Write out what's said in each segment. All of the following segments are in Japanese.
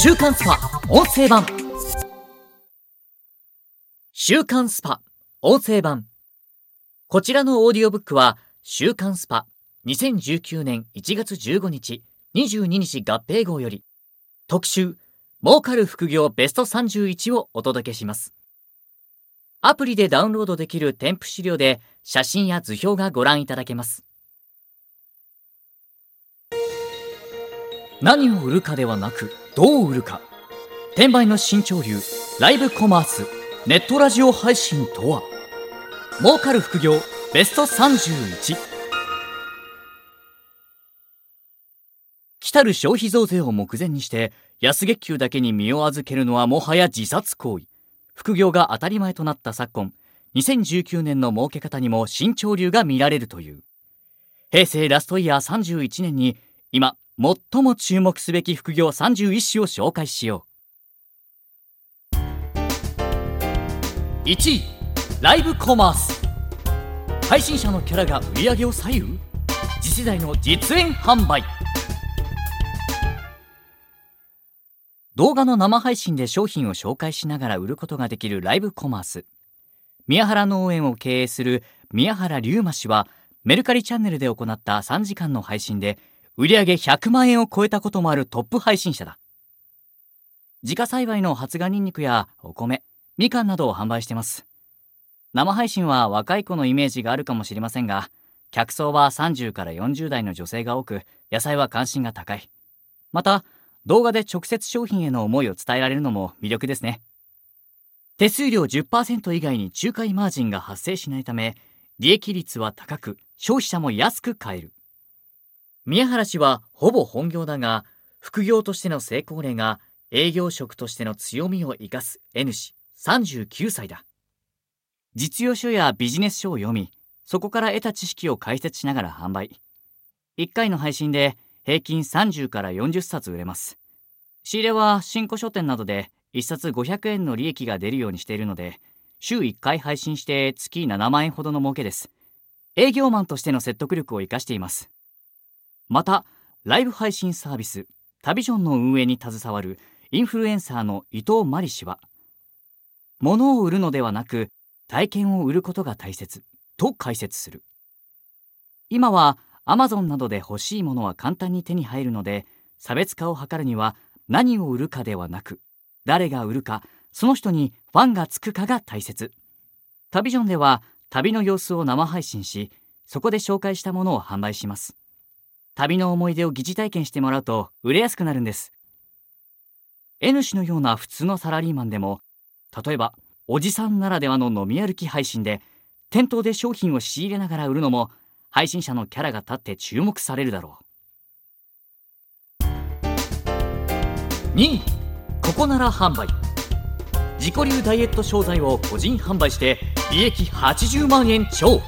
週刊スパ音声版。週刊スパ音声版。こちらのオーディオブックは週刊スパ2019年1月15日22日合併号より特集儲かる副業ベスト31をお届けします。アプリでダウンロードできる添付資料で写真や図表がご覧いただけます。何を売るかではなくどう売るか。転売の新潮流ライブコマースネットラジオ配信とは。儲かる副業ベスト31。来たる消費増税を目前にして安月給だけに身を預けるのはもはや自殺行為。副業が当たり前となった昨今、2019年の儲け方にも新潮流が見られるという。平成ラストイヤー31年に今最も注目すべき副業31種を紹介しよう。1位、ライブコマース。配信者のキャラが売り上げを左右？次世代の実演販売。動画の生配信で商品を紹介しながら売ることができるライブコマース。宮原農園を経営する宮原龍馬氏はメルカリチャンネルで行った3時間の配信で売上100万円を超えたこともあるトップ配信者だ。自家栽培の発芽ニンニクやお米、みかんなどを販売してます。生配信は若い子のイメージがあるかもしれませんが、客層は30から40代の女性が多く、野菜は関心が高い。また、動画で直接商品への思いを伝えられるのも魅力ですね。手数料 10% 以外に仲介マージンが発生しないため、利益率は高く、消費者も安く買える。宮原氏はほぼ本業だが、副業としての成功例が営業職としての強みを生かす N 氏39歳だ。実用書やビジネス書を読み、そこから得た知識を解説しながら販売。1回の配信で平均30から40冊売れます。仕入れは新古書店などで1冊500円の利益が出るようにしているので、週1回配信して月7万円ほどの儲けです。営業マンとしての説得力を生かしています。また、ライブ配信サービスタビジョンの運営に携わるインフルエンサーの伊藤真理氏は、物を売るのではなく体験を売ることが大切と解説する。今は Amazon などで欲しいものは簡単に手に入るので、差別化を図るには何を売るかではなく誰が売るか、その人にファンがつくかが大切。タビジョンでは旅の様子を生配信し、そこで紹介したものを販売します。旅の思い出を疑似体験してもらうと売れやすくなるんです。N 氏のような普通のサラリーマンでも、例えばおじさんならではの飲み歩き配信で店頭で商品を仕入れながら売るのも、配信者のキャラが立って注目されるだろう。2位、ココナラ販売。自己流ダイエット商材を個人販売して利益80万円超。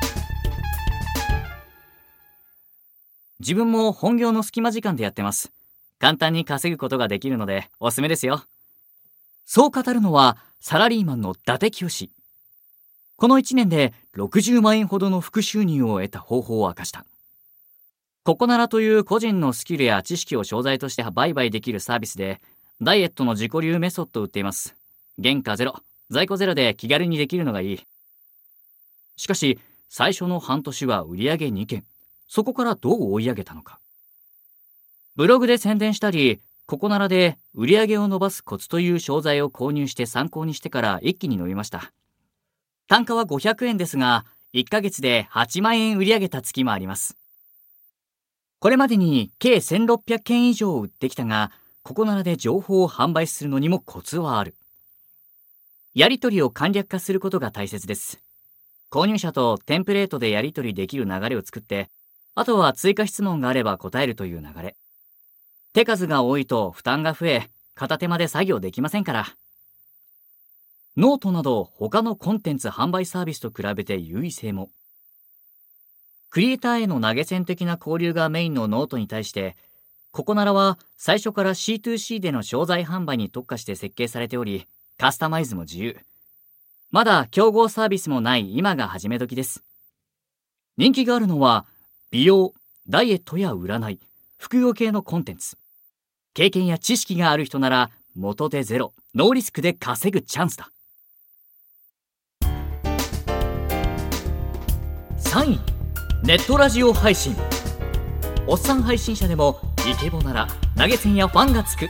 自分も本業の隙間時間でやってます。簡単に稼ぐことができるのでおすすめですよ。そう語るのはサラリーマンの伊達清。この1年で60万円ほどの副収入を得た方法を明かした。ココナラという個人のスキルや知識を商材として売買できるサービスで、ダイエットの自己流メソッドを売っています。原価ゼロ、在庫ゼロで気軽にできるのがいい。しかし最初の半年は売上2件。そこからどう追い上げたのか。ブログで宣伝したり、ココナラで売上を伸ばすコツという商材を購入して参考にしてから一気に伸びました。単価は500円ですが、1ヶ月で8万円売り上げた月もあります。これまでに計1600件以上売ってきたが、ココナラで情報を販売するのにもコツはある。やり取りを簡略化することが大切です。購入者とテンプレートでやり取りできる流れを作って、あとは追加質問があれば答えるという流れ。手数が多いと負担が増え、片手間で作業できませんから。ノートなど他のコンテンツ販売サービスと比べて優位性も。クリエイターへの投げ銭的な交流がメインのノートに対して、ココナラは最初から C2C での商材販売に特化して設計されており、カスタマイズも自由。まだ競合サービスもない今が始め時です。人気があるのは美容、ダイエットや占い、副業系のコンテンツ。 経験や知識がある人なら元手ゼロ、ノーリスクで稼ぐチャンスだ。3位、ネットラジオ配信。おっさん配信者でもイケボなら投げ銭やファンがつく。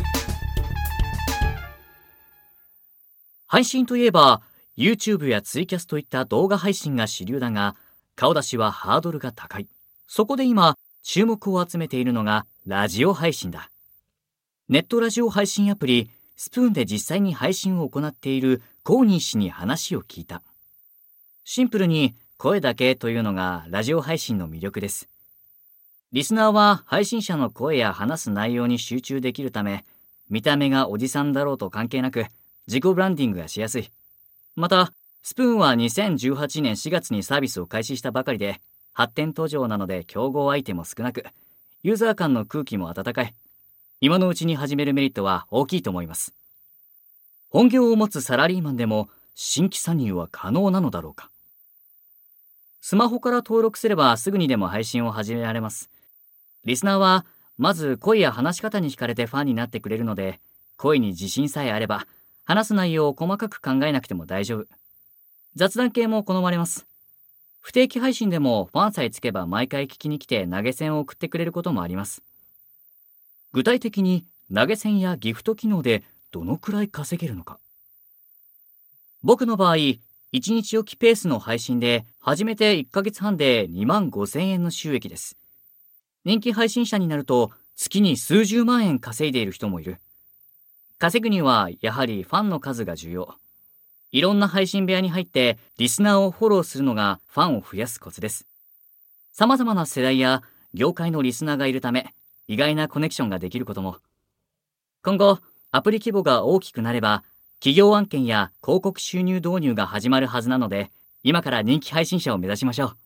配信といえば YouTube やツイキャスといった動画配信が主流だが、顔出しはハードルが高い。そこで今注目を集めているのがラジオ配信だ。ネットラジオ配信アプリスプーンで実際に配信を行っているコーニー氏に話を聞いた。シンプルに声だけというのがラジオ配信の魅力です。リスナーは配信者の声や話す内容に集中できるため、見た目がおじさんだろうと関係なく自己ブランディングがしやすい。またスプーンは2018年4月にサービスを開始したばかりで、発展途上なので競合相手も少なく、ユーザー間の空気も温かい。今のうちに始めるメリットは大きいと思います。本業を持つサラリーマンでも新規参入は可能なのだろうか。スマホから登録すればすぐにでも配信を始められます。リスナーはまず声や話し方に惹かれてファンになってくれるので、声に自信さえあれば話す内容を細かく考えなくても大丈夫。雑談系も好まれます。不定期配信でもファンさえつけば毎回聞きに来て投げ銭を送ってくれることもあります。具体的に投げ銭やギフト機能でどのくらい稼げるのか。僕の場合、1日おきペースの配信で始めて1ヶ月半で25,000円の収益です。人気配信者になると月に数十万円稼いでいる人もいる。稼ぐにはやはりファンの数が重要。いろんな配信部屋に入ってリスナーをフォローするのがファンを増やすコツです。様々な世代や業界のリスナーがいるため、意外なコネクションができることも。今後、アプリ規模が大きくなれば、企業案件や広告収入導入が始まるはずなので、今から人気配信者を目指しましょ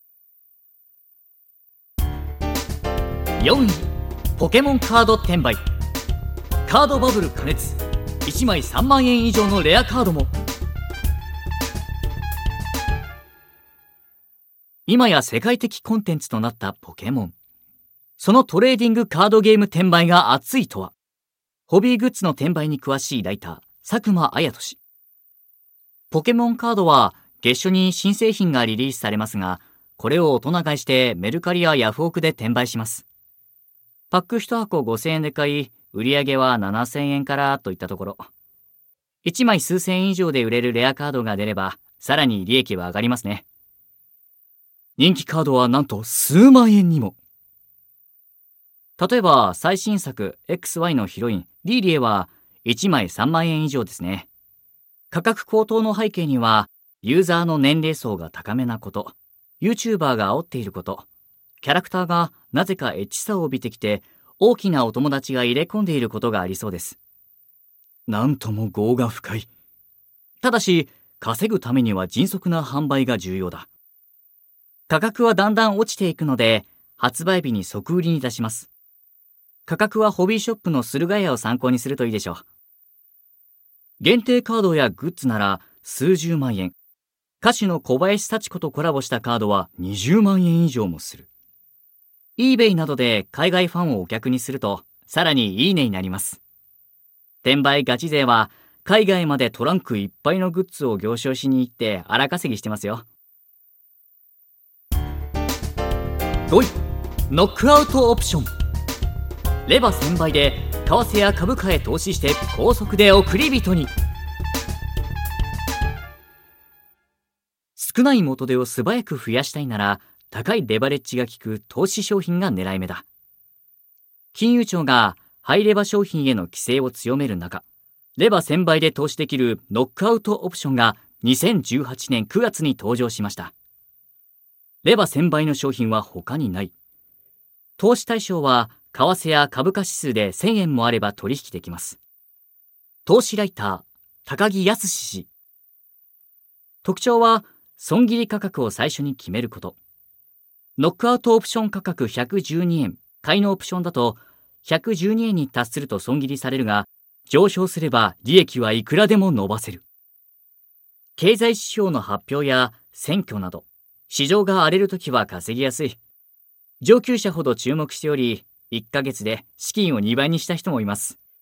う。4位、ポケモンカード転売。カードバブル加熱。1枚3万円以上のレアカードも。今や世界的コンテンツとなったポケモン。そのトレーディングカードゲーム転売が熱いとは。ホビーグッズの転売に詳しいライター、佐久間綾人氏。ポケモンカードは月初に新製品がリリースされますが、これを大人買いしてメルカリやヤフオクで転売します。パック1箱5,000円で買い、売上は7,000円からといったところ。1枚数千円以上で売れるレアカードが出れば、さらに利益は上がりますね。人気カードはなんと数万円にも。例えば最新作 XY のヒロインリーリエは1枚3万円以上ですね。価格高騰の背景にはユーザーの年齢層が高めなこと、YouTuber が煽っていること、キャラクターがなぜかエッチさを帯びてきて大きなお友達が入れ込んでいることがありそうです。なんとも業が深い。ただし稼ぐためには迅速な販売が重要だ。価格はだんだん落ちていくので発売日に即売りに出します。価格はホビーショップの駿河屋を参考にするといいでしょう。限定カードやグッズなら数十万円。歌手の小林幸子とコラボしたカードは20万円以上もする。eBay などで海外ファンをお客にするとさらにいいねになります。転売ガチ勢は海外までトランクいっぱいのグッズを行商しに行って荒稼ぎしてますよ。5位、ノックアウトオプション。レバ1000倍で為替や株価へ投資して高速で億り人に。少ない元手を素早く増やしたいなら高いレバレッジが効く投資商品が狙い目だ。金融庁がハイレバ商品への規制を強める中、レバ1000倍で投資できるノックアウトオプションが2018年9月に登場しました。レバ1000倍の商品は他にない。投資対象は為替や株価指数で1000円もあれば取引できます。投資ライター、高木康氏。特徴は、損切り価格を最初に決めること。ノックアウトオプション価格112円、買いのオプションだと、112円に達すると損切りされるが、上昇すれば利益はいくらでも伸ばせる。経済指標の発表や選挙など、市場が荒れるときは稼ぎやすい。上級者ほど注目しており、1ヶ月で資金を2倍にした人もいます。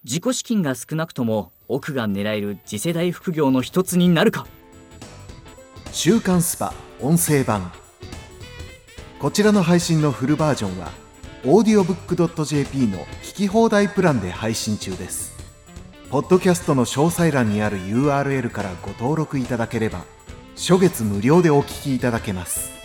自己資金が少なくとも億が狙える次世代副業の一つになるか。 週刊スパ音声版。こちらの配信のフルバージョンは audiobook.jp の聞き放題プランで配信中です。ポッドキャストの詳細欄にある URL からご登録いただければ初月無料でお聞きいただけます。